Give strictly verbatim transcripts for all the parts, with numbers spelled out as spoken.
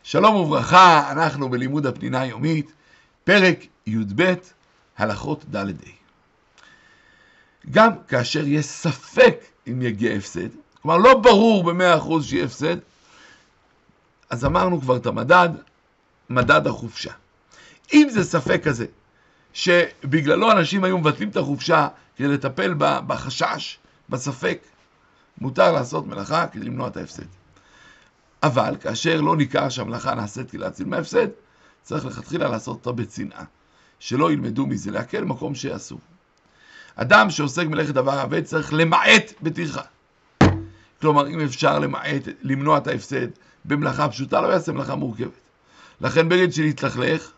שלום וברכה, אנחנו בלימוד הפנינה היומית, פרק י"ב, הלכות ד' ה'. גם כאשר יש ספק אם יגיע הפסד, כלומר לא ברור ב-מאה אחוז שיהיה הפסד, אז אמרנו כבר את המדד, מדד החופשה. אם זה ספק כזה, שבגללו אנשים היו מבטלים את החופשה כדי לטפל בחשש, בספק, מותר לעשות מלאכה כדי למנוע את ההפסד. אבל כאשר לא ניכר שהמלאכה נעשית כדי להציל מההפסד, צריך לכתחילה לעשות אותה בצנעה, שלא ילמדו מזה, להקל מקום שאסור. אדם שעוסק מלאכת דבר עבד צריך למעט בטרחה. כלומר, אם אפשר למעט, למנוע את ההפסד במלאכה פשוטה, לא יעשה מלאכה מורכבת. לכן בגד שלהתלכלך,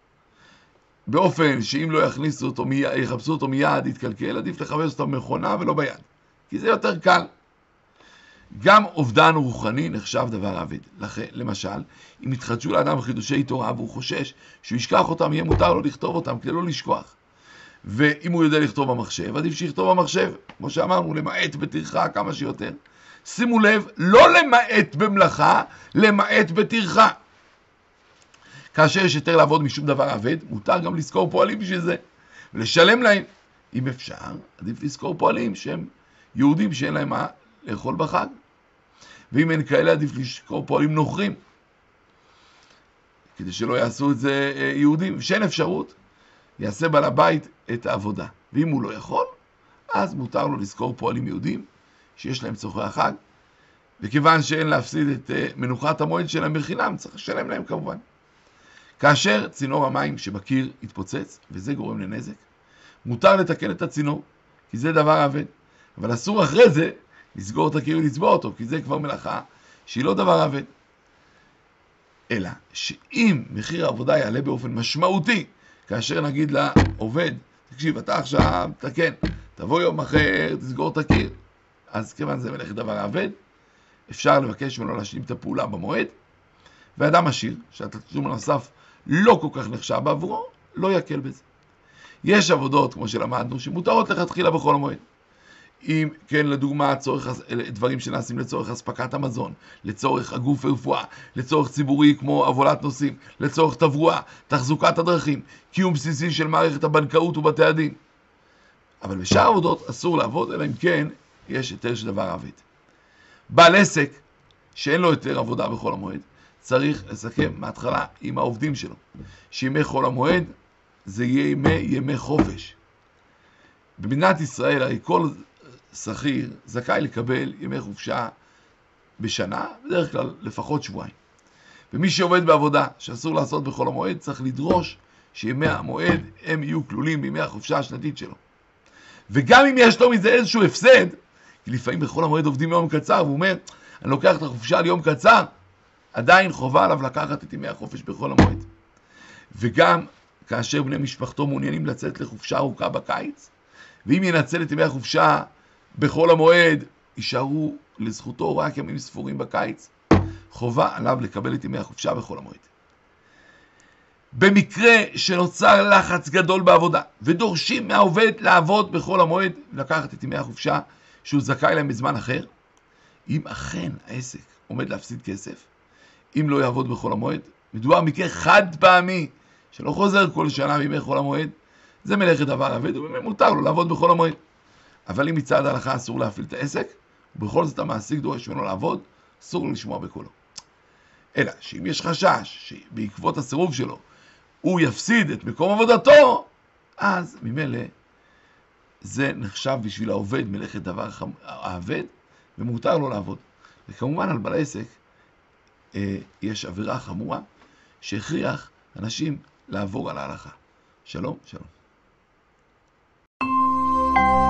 באופן שאם לא יכניסו אותו, יחפשו אותו מיד, יתקלקל, עדיף לחפש אותו במכונה ולא ביד, כי זה יותר קל. גם אובדן רוחני נחשב דבר עבד. למשל, אם יתחדשו לאדם חידושי תורה והוא חושש שהוא ישכח אותם, יהיה מותר לו לכתוב אותם כדי לא לשכוח. ואם הוא יודע לכתוב במחשב, עדיף שיכתוב במחשב, כמו שאמרנו, למעט בטרחה כמה שיותר. שימו לב, לא למעט במלאכה, למעט בטרחה. כאשר יש יותר לעבוד משום דבר עבד, מותר גם לזכור פועלים בשביל זה, ולשלם להם. אם אפשר, עדיף לזכור פועלים שהם יהודים שאין להם מה לאכול בחג. ואם אין כאלה, עדיף לזכור פועלים נוכרים, כדי שלא יעשו את זה יהודים. ושאין אפשרות, יעשה בעל הבית את העבודה. ואם הוא לא יכול, אז מותר לו לזכור פועלים יהודים שיש להם צורכי החג, וכיוון שאין להפסיד את מנוחת המועד שלהם בחינם, צריך לשלם להם כמובן. כאשר צינור המים שבקיר יתפוצץ, וזה גורם לנזק, מותר לתקן את הצינור, כי זה דבר עבד. אבל אסור אחרי זה לסגור את הקיר ולצבוע אותו, כי זה כבר מלאכה שהיא לא דבר עבד. אלא שאם מחיר העבודה יעלה באופן משמעותי, כאשר נגיד לעובד, תקשיב, אתה עכשיו תקן, תבוא יום אחר, תסגור את הקיר, אז כיוון זה מלאכת דבר עבד, אפשר לבקש ממנו להשלים את הפעולה במועד, ואדם עשיר, שהתשלום הנוסף לא כל כך נחשב בעבורו, לא יקל בזה. יש עבודות, כמו שלמדנו, שמותרות לכתחילה בכל המועד. אם כן, לדוגמה, צורך, דברים שנעשים לצורך הספקת המזון, לצורך הגוף ורפואה, לצורך ציבורי כמו הובלת נוסעים, לצורך תברואה, תחזוקת הדרכים, קיום בסיסי של מערכת הבנקאות ובתי הדין. אבל בשאר עבודות אסור לעבוד, אלא אם כן יש היתר של דבר עבד. בעל עסק שאין לו היתר עבודה בכל המועד, צריך לסכם מההתחלה עם העובדים שלו, שימי חול המועד זה יהיה ימי, ימי חופש. במדינת ישראל הרי כל שכיר זכאי לקבל ימי חופשה בשנה, בדרך כלל לפחות שבועיים. ומי שעובד בעבודה שאסור לעשות בכל המועד, צריך לדרוש שימי המועד הם יהיו כלולים בימי החופשה השנתית שלו. וגם אם יש לו מזה איזשהו הפסד, כי לפעמים בכל המועד עובדים יום קצר, והוא אומר, אני לוקח את החופשה ליום קצר, עדיין חובה עליו לקחת את ימי החופש בכל המועד. וגם כאשר בני משפחתו מעוניינים לצאת לחופשה ארוכה בקיץ, ואם ינצל את ימי החופשה בכל המועד, יישארו לזכותו רק ימים ספורים בקיץ, חובה עליו לקבל את ימי החופשה בכל המועד. במקרה שנוצר לחץ גדול בעבודה, ודורשים מהעובד לעבוד בכל המועד, לקחת את ימי החופשה שהוא זכאי להם בזמן אחר, אם אכן העסק עומד להפסיד כסף, אם לא יעבוד בכל המועד, מדובר מקרה חד פעמי, שלא חוזר כל שנה בימי חול המועד, זה מלאכת דבר עבד, ומותר לו לעבוד בכל המועד. אבל אם מצד ההלכה אסור להפעיל את העסק, ובכל זאת המעסיק דורש ממנו לעבוד, אסור לו לשמוע בקולו. אלא שאם יש חשש שבעקבות הסירוב שלו הוא יפסיד את מקום עבודתו, אז ממילא זה נחשב בשביל העובד מלאכת דבר העבד, ומותר לו לעבוד. וכמובן על בעל העסק אה, יש עבירה חמורה שהכריח אנשים לעבור על ההלכה. שלום, שלום.